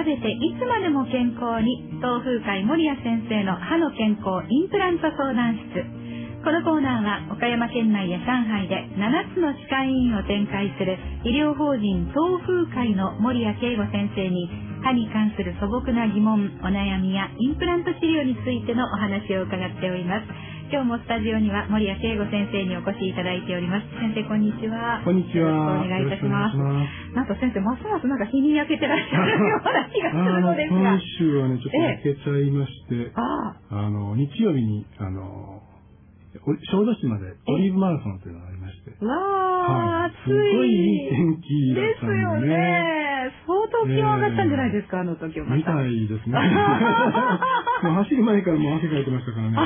べていつまでも健康に、東風会守谷先生の歯の健康インプラント相談室。このコーナーは岡山県内や上海で7つの歯科医院を展開する医療法人東風会の守谷慶吾先生に、歯に関する素朴な疑問、お悩みやインプラント治療についてのお話を伺っております。今日もスタジオには守谷慶吾先生にお越しいただいております。先生、こんにちは。 こんにちは。 よろしくお願いいたします。なんと先生、ますますなんか日に焼けてらっしゃるような気がするのですが。 今週はね、ちょっと焼けちゃいまして、日曜日に、小豆島でオリーブマラソンというのがありまして。 わー、 すごいいい天気だったんでね。 ですよね。相当気温上がったんじゃないですか、あの時は。 みたいですね。走る前からもう汗かいてましたからね。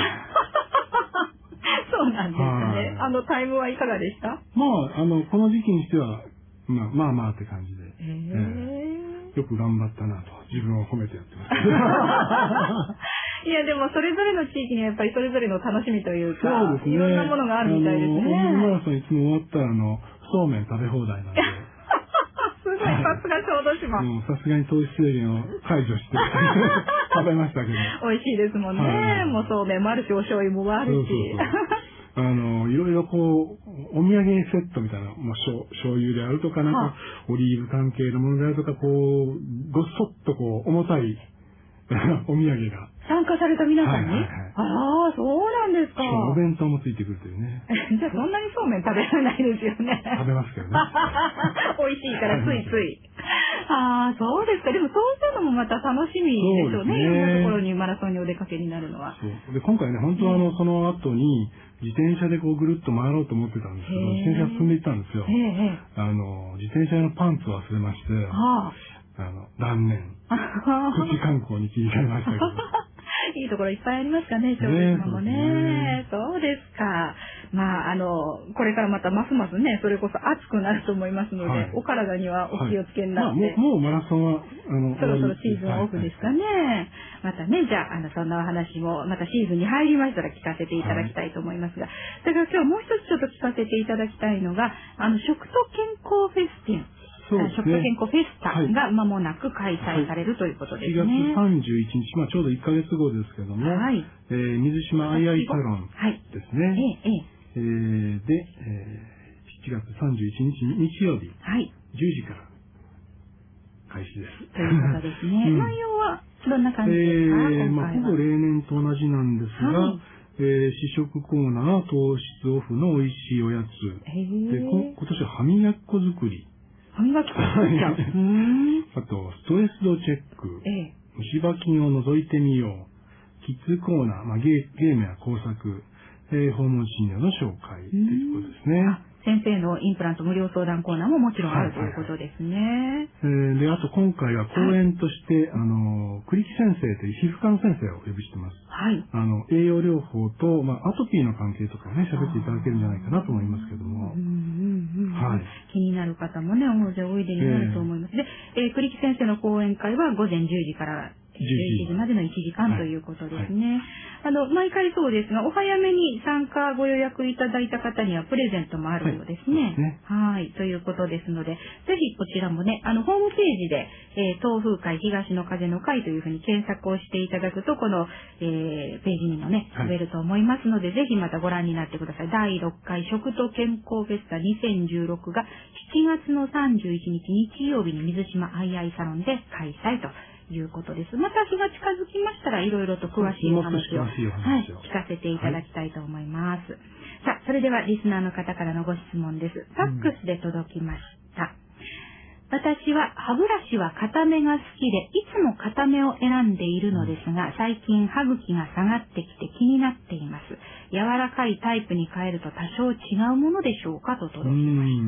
そうなんですね。タイムはいかがでした？ この時期にしては、まあまあって感じで。よく頑張ったなと、自分を褒めてやってます。 いや、でもそれぞれの地域にやっぱりそれぞれの楽しみというか、 そうですね、 いろんなものがあるみたいですね。 オリーブマラソンいつも終わったら、そうめん食べ放題なんで。 すごい、さすが小豆島。 さすがに糖質制限を解除して食べましたけど。 美味しいですもんね。もうそうめんもあるし、お醤油もあるし。 いろいろこう、お土産セットみたいな、醤油であるとか、なんか、オリーブ関係のものであるとか、こう、ごっそっとこう、重たいお土産が。 参加された皆さんに？ああ、そうなんですか。 お弁当もついてくるというね。 じゃあそんなにそうめん食べられないですよね。 食べますけどね。 美味しいからついつい。ああ、そうですか。でもそういうのもまた楽しみでしょうね。いろんなところにマラソンにお出かけになるのは。 そうで、今回ね、本当はその後に自転車でこうぐるっと回ろうと思ってたんですけど、自転車進んでいったんですよ。自転車のパンツを忘れまして、断念。プチ観光に切り替えましたけど。 いいところいっぱいありますかね、小豆島もね。そうですか。これからまたますますね、それこそ暑くなると思いますので、お体にはお気をつけになって。 もうマラソンは、 そろそろシーズンオフですかね。またね、じゃあ、そんなお話も、またシーズンに入りましたら聞かせていただきたいと思いますが、それから今日もう一つちょっと聞かせていただきたいのが、食と健康フェスティン。食と健康フェスタが間もなく開催されるということですね。 4月31日、ちょうど1ヶ月後ですけども、水島アイアイサロンですね。で、7月31日日曜日、10時から開始です。 ということですね。内容はどんな感じですか？ ほぼ例年と同じなんですが、試食コーナー、糖質オフの美味しいおやつ。で、今年は歯磨き粉作り。 歯磨き粉作っちゃう。 あと、ストレス度チェック。虫歯菌を除いてみよう。キッズコーナー、ゲームや工作。訪問診療の紹介ということですね。 先生のインプラント無料相談コーナーももちろんあるということですね。 で、あと今回は講演として、栗木先生という皮膚科の先生をお呼びしてます。栄養療法と、アトピーの関係とかね、喋っていただけるんじゃないかなと思いますけども。 気になる方もね、大勢おいでになると思います。で、栗木先生の講演会は午前10時から11時までの1時間ということですね。毎回そうですが、お早めに参加ご予約いただいた方にはプレゼントもあるようですね。ということですので、ぜひこちらもね、ホームページで、東風会東の風の会というふうに検索をしていただくと、この、ページにもね、飛べると思いますので、ぜひまたご覧になってください。第6回食と健康フェスタ2016が7月の31日日曜日に水島アイアイサロンで開催ということです。また日が近づきましたらいろいろと詳しいお話を聞かせていただきたいと思います。さあ、それではリスナーの方からのご質問です。ファックスで届きました。私は歯ブラシは固めが好きで、いつも固めを選んでいるのですが、最近歯茎が下がってきて気になっています。柔らかいタイプに変えると多少違うものでしょうかと届きました。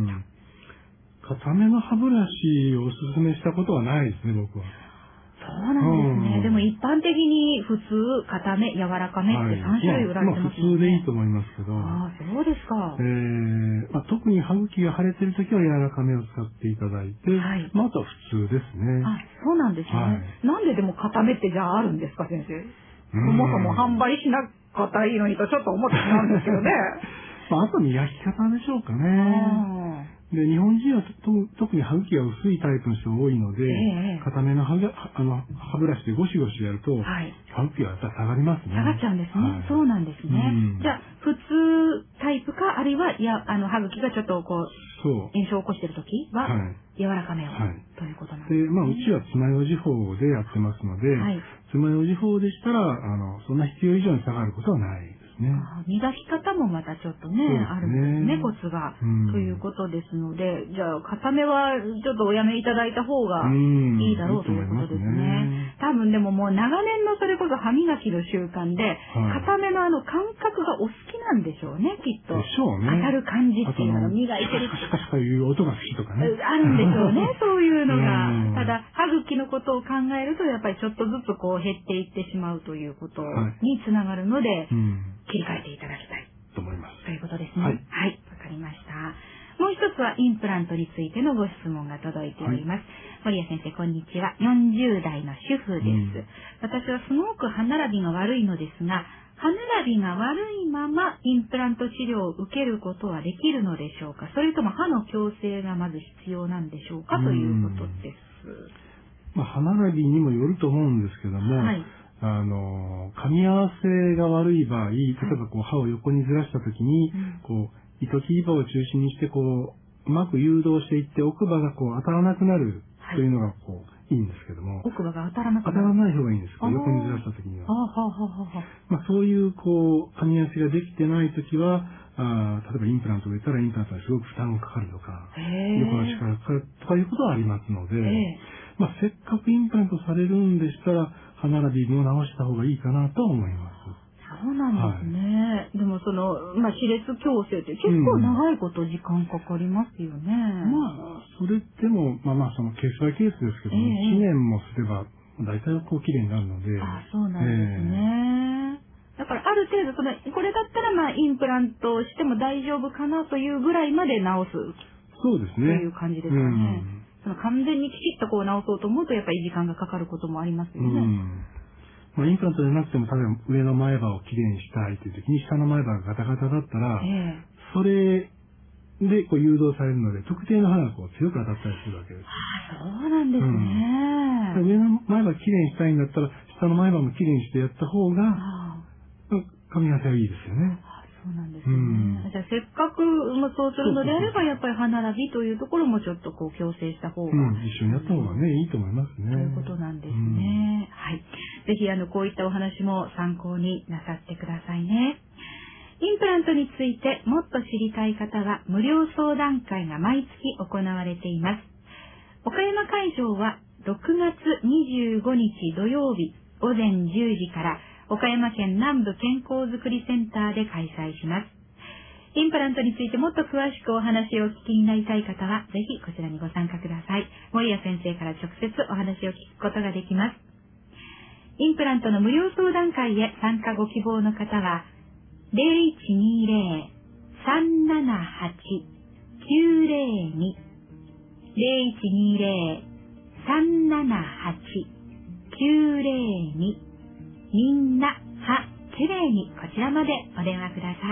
固めの歯ブラシをおすすめしたことはないですね、僕は。 そうなんですね。でも一般的に普通、固め、柔らかめって3種類売られてますよね。 普通でいいと思いますけど。 そうですか。 特に歯茎が腫れてるときは柔らかめを使っていただいて、あとは普通ですね。 そうなんですね。なんででも固めってじゃああるんですか、先生。そもそも販売しなかったらいいのにとちょっと思ってしまうんですけどね。 あと磨き方でしょうかね。 で、日本人は特に歯茎が薄いタイプの人が多いので、固めの歯ブラシでゴシゴシやると、歯茎はやっぱり下がりますね。 下がっちゃうんですね。そうなんですね。じゃあ、普通タイプか、あるいは、歯茎がちょっと炎症を起こしているときは、柔らかめを、ということなんですね。 で、うちは爪楊枝法でやってますので、爪楊枝法でしたら、そんな必要以上に下がることはないですね。 磨き方もまたちょっとね、あるんですね、コツが。ということですので、じゃあ、固めはちょっとおやめいただいた方がいいだろうということですね。多分でももう長年のそれこそ歯磨きの習慣で、固めの感覚がお好きなんでしょうね、きっと。 でしょうね。 当たる感じっていうのが磨いてる。 シカシカいう音が好きとかね。 あるんでしょうね、そういうのが。ただ、歯茎のことを考えると、やっぱりちょっとずつ減っていってしまうということにつながるので、切り替えていただきたいと思います。 ということですね。はい、わかりました。もう一つはインプラントについてのご質問が届いております。森谷先生、こんにちは。40代の主婦です。私はすごく歯並びが悪いのですが、歯並びが悪いままインプラント治療を受けることはできるのでしょうか。それとも歯の矯正がまず必要なんでしょうか、ということです。 歯並びにもよると思うんですけども、噛み合わせが悪い場合、例えば歯を横にずらしたときに、糸切り刃を中心にしてうまく誘導していって奥歯が当たらなくなるというのがいいんですけども、 奥歯が当たらなくなる。 当たらない方がいいんです。横にずらしたときには。そういう噛み合わせができてないときは、例えばインプラントを入れたらインプラントにすごく負担がかかるとか、横の力がかかるとかいうことはありますので、せっかくインプラントされるんでしたら、歯並びも直した方がいいかなと思います。 そうなんですね。でも歯列矯正って結構長いこと時間かかりますよね。 それでも、ケースバイケースですけど、1年もすれば、大体綺麗になるので。 そうなんですね。だから、ある程度、これだったら、インプラントをしても大丈夫かなというぐらいまで治す。 そうですね。 という感じですかね。完全にきちっと治そうと思うと、やっぱり時間がかかることもありますよね。 インプラントじゃなくても、例えば上の前歯をきれいにしたいという時に、下の前歯がガタガタだったら、それで誘導されるので、特定の歯が強く当たったりするわけです。 そうなんですね。 上の前歯きれいにしたいんだったら、下の前歯もきれいにしてやった方が、噛み合わせはいいですよね。 そうなんですね。じゃあせっかくそうするのであれば、やっぱり歯並びというところもちょっと矯正した方が、 一緒にやった方がね、いいと思いますね。 ということなんですね。はい。ぜひこういったお話も参考になさってくださいね。インプラントについてもっと知りたい方は無料相談会が毎月行われています。岡山会場は6月25日土曜日午前10時から岡山県南部健康づくりセンターで開催します。インプラントについてもっと詳しくお話をお聞きになりたい方は、ぜひこちらにご参加ください。森谷先生から直接お話を聞くことができます。インプラントの無料相談会へ参加ご希望の方は、0120-378-902 0120-378-902みんな歯きれいにこちらまでお電話ください。